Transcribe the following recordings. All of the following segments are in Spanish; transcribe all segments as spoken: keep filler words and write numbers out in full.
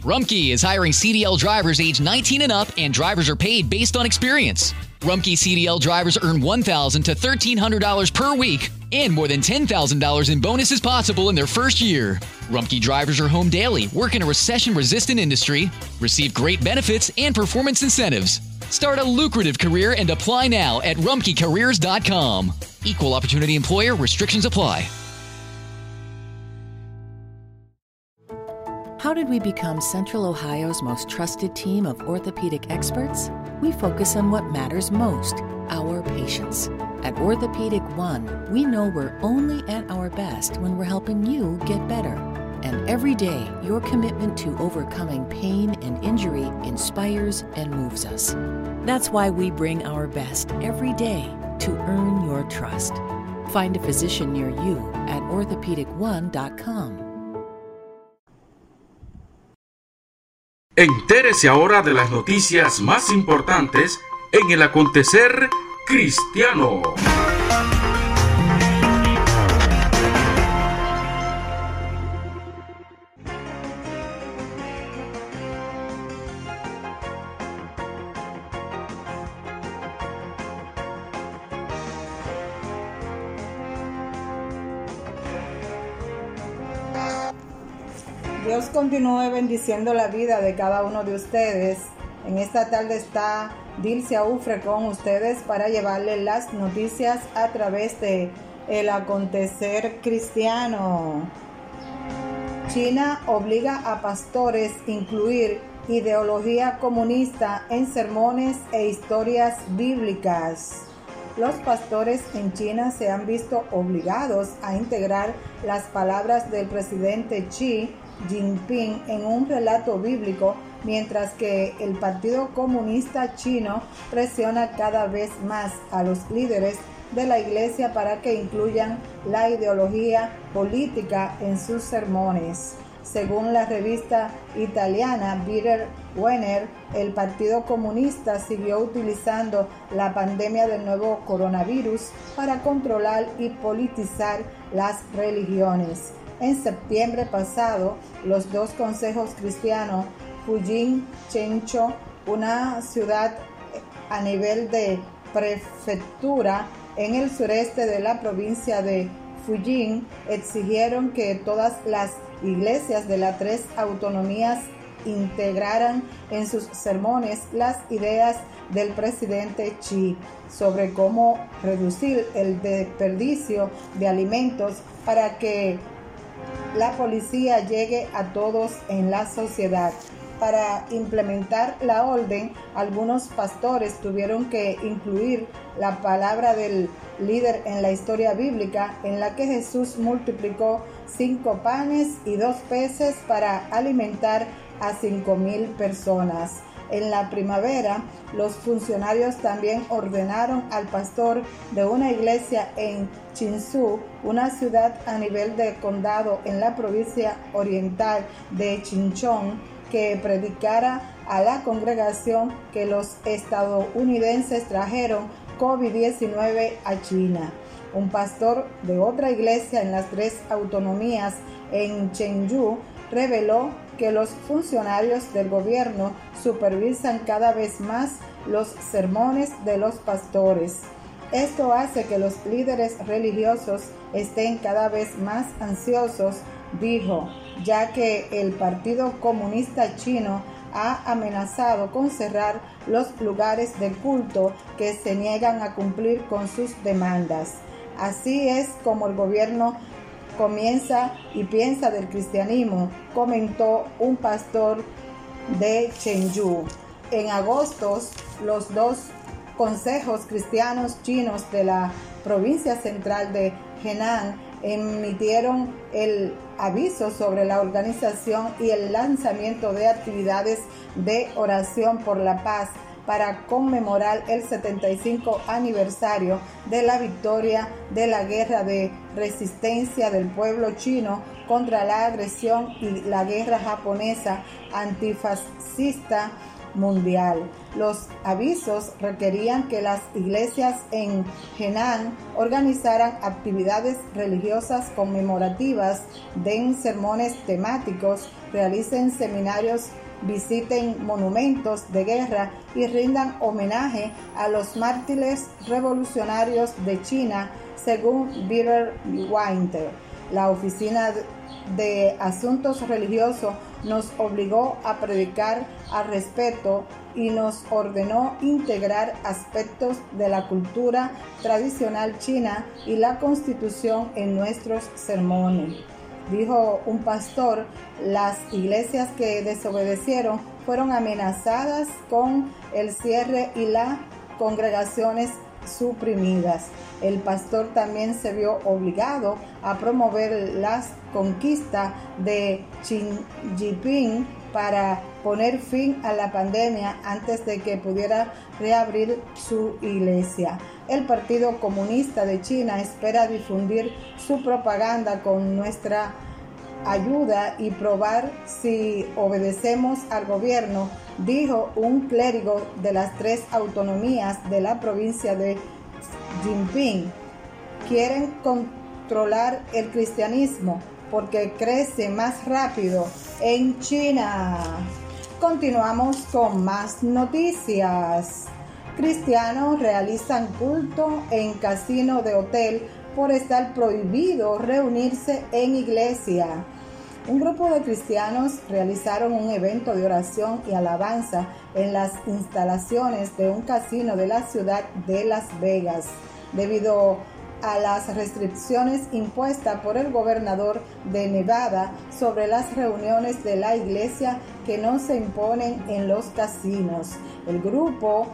Rumpke is hiring C D L drivers age nineteen and up, and drivers are paid based on experience. Rumpke C D L drivers earn one thousand dollars to thirteen hundred dollars per week, and more than ten thousand dollars in bonuses possible in their first year. Rumpke drivers are home daily, work in a recession-resistant industry, receive great benefits and performance incentives. Start a lucrative career and apply now at rumpke careers dot com. Equal opportunity employer. Restrictions apply. How did we become Central Ohio's most trusted team of orthopedic experts? We focus on what matters most, our patients. At Orthopedic One, we know we're only at our best when we're helping you get better. And every day, your commitment to overcoming pain and injury inspires and moves us. That's why we bring our best every day to earn your trust. Find a physician near you at orthopedic one dot com. Entérese ahora de las noticias más importantes en el acontecer cristiano. Dios continúe bendiciendo la vida de cada uno de ustedes. En esta tarde está Dilcia Ufre con ustedes para llevarles las noticias a través de el acontecer cristiano. China obliga a pastores a incluir ideología comunista en sermones e historias bíblicas. Los pastores en China se han visto obligados a integrar las palabras del presidente Xi Jinping en un relato bíblico, mientras que el Partido Comunista Chino presiona cada vez más a los líderes de la Iglesia para que incluyan la ideología política en sus sermones. Según la revista italiana Bitter Wenner, el Partido Comunista siguió utilizando la pandemia del nuevo coronavirus para controlar y politizar las religiones. En septiembre pasado, los dos consejos cristianos, Fujin, Chencho, una ciudad a nivel de prefectura en el sureste de la provincia de Fujin, exigieron que todas las iglesias de las tres autonomías integraran en sus sermones las ideas del presidente Xi sobre cómo reducir el desperdicio de alimentos para que la policía llegue a todos en la sociedad. Para implementar la orden, algunos pastores tuvieron que incluir la palabra del líder en la historia bíblica, en la que Jesús multiplicó cinco panes y dos peces para alimentar a cinco mil personas. En la primavera, los funcionarios también ordenaron al pastor de una iglesia en Chinsu, una ciudad a nivel de condado en la provincia oriental de Chinchón, que predicara a la congregación que los estadounidenses trajeron COVID diecinueve a China. Un pastor de otra iglesia en las tres autonomías en Chengdu reveló que los funcionarios del gobierno supervisan cada vez más los sermones de los pastores. Esto hace que los líderes religiosos estén cada vez más ansiosos, dijo, ya que el Partido Comunista Chino ha amenazado con cerrar los lugares de culto que se niegan a cumplir con sus demandas. Así es como el gobierno comienza y piensa del cristianismo, comentó un pastor de Chengdu. En agosto, los dos consejos cristianos chinos de la provincia central de Henan emitieron el aviso sobre la organización y el lanzamiento de actividades de oración por la paz para conmemorar el setenta y cinco aniversario de la victoria de la guerra de resistencia del pueblo chino contra la agresión y la guerra japonesa antifascista mundial. Los avisos requerían que las iglesias en Henan organizaran actividades religiosas conmemorativas, den sermones temáticos realicen seminarios, visiten monumentos de guerra y rindan homenaje a los mártires revolucionarios de China, según Peter Winter. La Oficina de Asuntos Religiosos nos obligó a predicar al respecto y nos ordenó integrar aspectos de la cultura tradicional china y la Constitución en nuestros sermones. Dijo un pastor, las iglesias que desobedecieron fueron amenazadas con el cierre y las congregaciones suprimidas. El pastor también se vio obligado a promover las conquistas de Xi Jinping para poner fin a la pandemia antes de que pudiera reabrir su iglesia. El Partido Comunista de China espera difundir su propaganda con nuestra ayuda y probar si obedecemos al gobierno, dijo un clérigo de las tres autonomías de la provincia de Jinping. Quieren controlar el cristianismo porque crece más rápido en China. Continuamos con más noticias. Cristianos realizan culto en casino de hotel por estar prohibido reunirse en iglesia. Un grupo de cristianos realizaron un evento de oración y alabanza en las instalaciones de un casino de la ciudad de Las Vegas, debido a las restricciones impuestas por el gobernador de Nevada sobre las reuniones de la iglesia que no se imponen en los casinos. El grupo,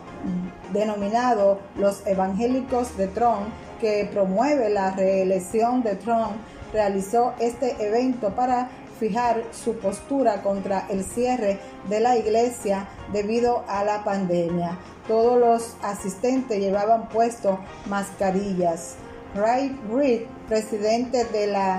denominado los Evangélicos de Trump, que promueve la reelección de Trump, realizó este evento para fijar su postura contra el cierre de la iglesia debido a la pandemia. Todos los asistentes llevaban puesto mascarillas. Ray Reid, presidente de la,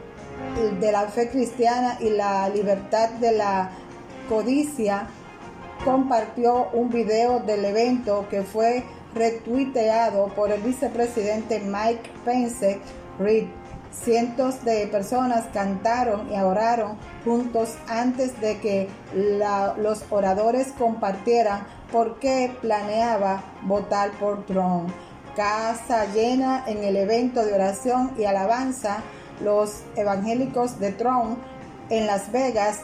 de la Fe Cristiana y la Libertad de la Codicia, compartió un video del evento que fue retuiteado por el vicepresidente Mike Pence. Reid: cientos de personas cantaron y oraron juntos antes de que la, los oradores compartieran por qué planeaba votar por Trump. Casa llena en el evento de oración y alabanza. Los evangélicos de Trump en Las Vegas,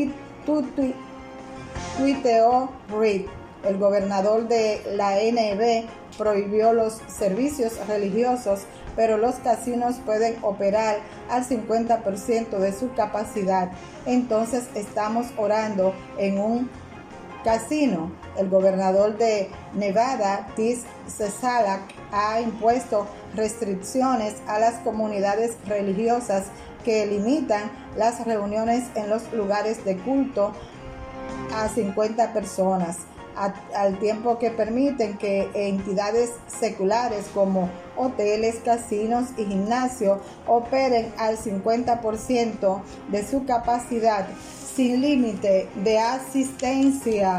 tuiteó Reid. El gobernador de la N B prohibió los servicios religiosos, pero los casinos pueden operar al cincuenta por ciento de su capacidad. Entonces estamos orando en un casino. El gobernador de Nevada, Tis Cesalak, ha impuesto restricciones a las comunidades religiosas que limitan las reuniones en los lugares de culto a cincuenta personas, a, al tiempo que permiten que entidades seculares como hoteles, casinos y gimnasios operen al cincuenta por ciento de su capacidad sin límite de asistencia.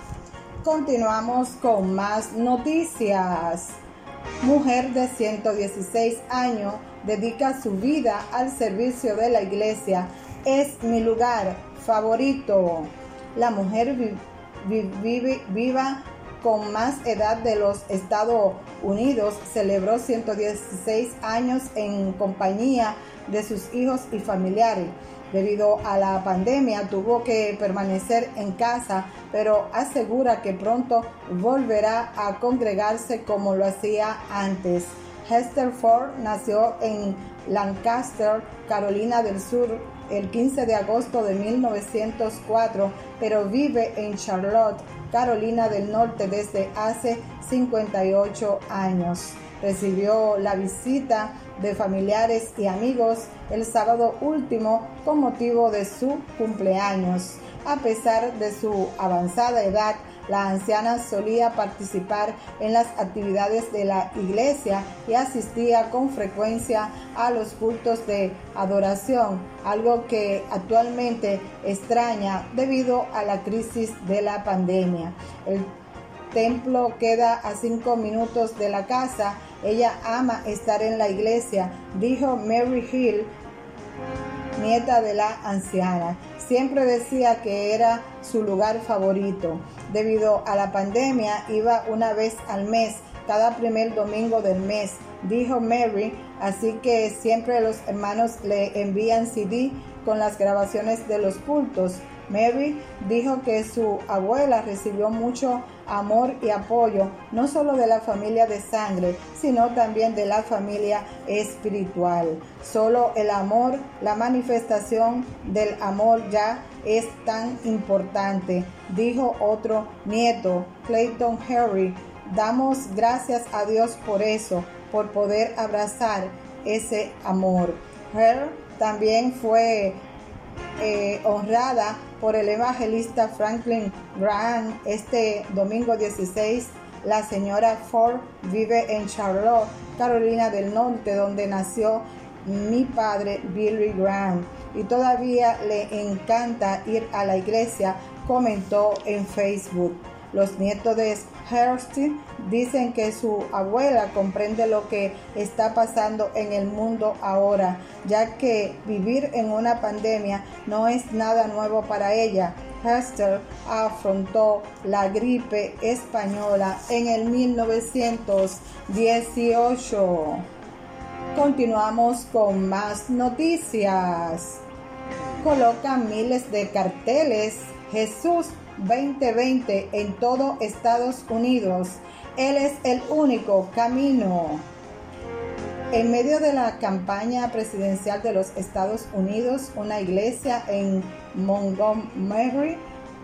Continuamos con más noticias. Mujer de ciento dieciséis años dedica su vida al servicio de la iglesia. Es mi lugar favorito. La mujer vi, vi, vi, viva con más edad de los Estados Unidos celebró ciento dieciséis años en compañía de sus hijos y familiares. Debido a la pandemia tuvo que permanecer en casa, pero asegura que pronto volverá a congregarse como lo hacía antes. Hester Ford nació en Lancaster, Carolina del Sur, el quince de agosto de mil novecientos cuatro, pero vive en Charlotte, Carolina del Norte desde hace cincuenta y ocho años. Recibió la visita de familiares y amigos el sábado último con motivo de su cumpleaños. A pesar de su avanzada edad, la anciana solía participar en las actividades de la iglesia y asistía con frecuencia a los cultos de adoración, algo que actualmente extraña debido a la crisis de la pandemia. El templo queda a cinco minutos de la casa. Ella ama estar en la iglesia, dijo Mary Hill, nieta de la anciana. Siempre decía que era su lugar favorito. Debido a la pandemia, iba una vez al mes, cada primer domingo del mes, dijo Mary, así que siempre los hermanos le envían C D con las grabaciones de los cultos. Mary dijo que su abuela recibió mucho amor y apoyo, no solo de la familia de sangre, sino también de la familia espiritual. Solo el amor, la manifestación del amor ya es tan importante, dijo otro nieto, Clayton Harry. Damos gracias a Dios por eso, por poder abrazar ese amor. Her también fue eh, honrada por el evangelista Franklin Graham. Este domingo dieciséis, la señora Ford vive en Charlotte, Carolina del Norte, donde nació mi padre Billy Graham, y todavía le encanta ir a la iglesia, comentó en Facebook. Los nietos de Hearst dicen que su abuela comprende lo que está pasando en el mundo ahora, ya que vivir en una pandemia no es nada nuevo para ella. Hester afrontó la gripe española en el mil novecientos dieciocho. Continuamos con más noticias. Colocan miles de carteles Jesús veinte veinte en todo Estados Unidos. Él es el único camino. En medio de la campaña presidencial de los Estados Unidos, una iglesia en Montgomery,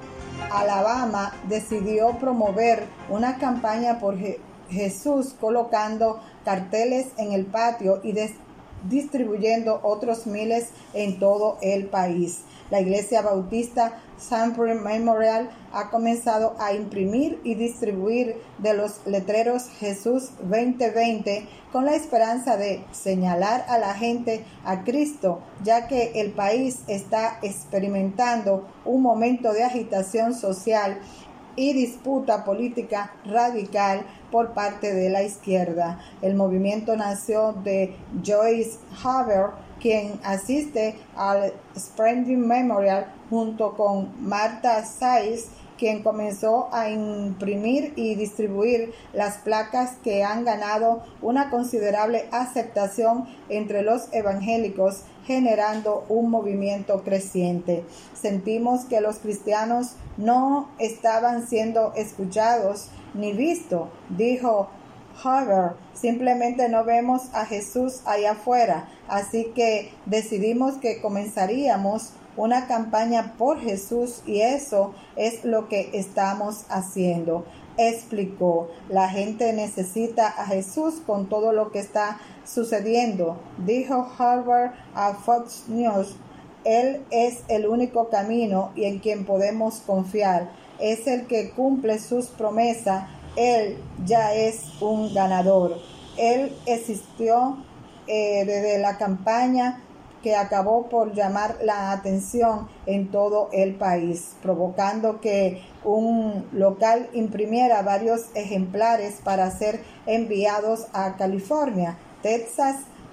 Alabama, decidió promover una campaña por Je- Jesús, colocando carteles en el patio y des- distribuyendo otros miles en todo el país. La Iglesia Bautista Sample Memorial ha comenzado a imprimir y distribuir de los letreros Jesús veinte veinte con la esperanza de señalar a la gente a Cristo, ya que el país está experimentando un momento de agitación social y disputa política radical por parte de la izquierda. El movimiento nació de Joyce Haber, quien asiste al Spending Memorial junto con Martha Sayers, quien comenzó a imprimir y distribuir las placas que han ganado una considerable aceptación entre los evangélicos, generando un movimiento creciente. Sentimos que los cristianos no estaban siendo escuchados ni vistos, dijo Haber. Simplemente no vemos a Jesús allá afuera, así que decidimos que comenzaríamos una campaña por Jesús y eso es lo que estamos haciendo, explicó. La gente necesita a Jesús con todo lo que está sucediendo, dijo Harvard a Fox News. Él es el único camino y en quien podemos confiar. Es el que cumple sus promesas. Él ya es un ganador. Él existió eh, desde la campaña que acabó por llamar la atención en todo el país, provocando que un local imprimiera varios ejemplares para ser enviados a California, Texas,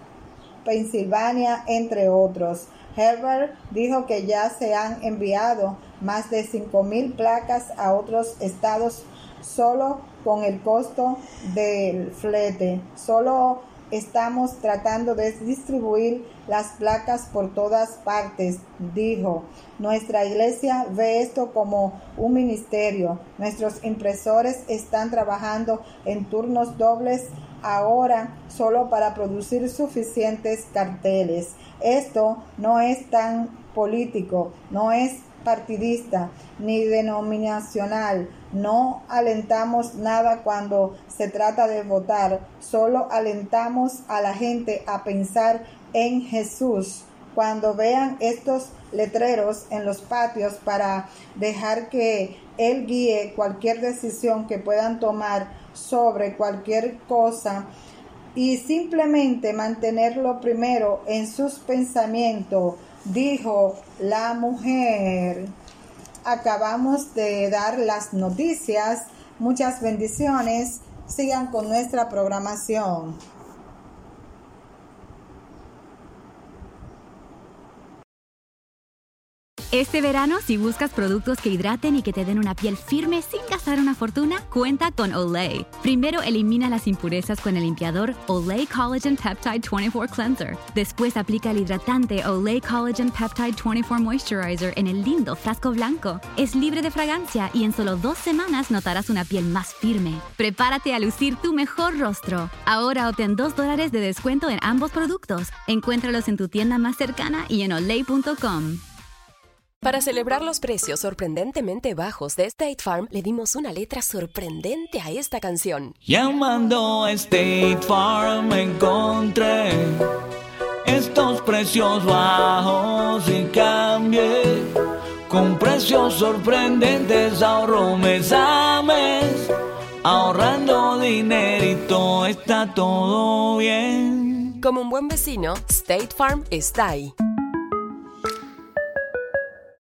Pensilvania, entre otros. Herbert dijo que ya se han enviado más de cinco mil placas a otros estados solo con el costo del flete. Solo estamos tratando de distribuir las placas por todas partes, dijo. Nuestra iglesia ve esto como un ministerio. Nuestros impresores están trabajando en turnos dobles ahora solo para producir suficientes carteles. Esto no es tan político, no es partidista ni denominacional. No alentamos nada cuando se trata de votar, solo alentamos a la gente a pensar en Jesús. Cuando vean estos letreros en los patios, para dejar que Él guíe cualquier decisión que puedan tomar sobre cualquier cosa y simplemente mantenerlo primero en sus pensamientos, dijo la mujer. Acabamos de dar las noticias. Muchas bendiciones. Sigan con nuestra programación. Este verano, si buscas productos que hidraten y que te den una piel firme sin gastar una fortuna, cuenta con Olay. Primero elimina las impurezas con el limpiador Olay Collagen Peptide veinticuatro Cleanser. Después aplica el hidratante Olay Collagen Peptide veinticuatro Moisturizer en el lindo frasco blanco. Es libre de fragancia y en solo dos semanas notarás una piel más firme. Prepárate a lucir tu mejor rostro. Ahora obtén dos dólares de descuento en ambos productos. Encuéntralos en tu tienda más cercana y en olay punto com. Para celebrar los precios sorprendentemente bajos de State Farm, le dimos una letra sorprendente a esta canción. Llamando a State Farm encontré estos precios bajos y cambié. Con precios sorprendentes ahorro mes a mes. Ahorrando dinerito está todo bien. Como un buen vecino, State Farm está ahí.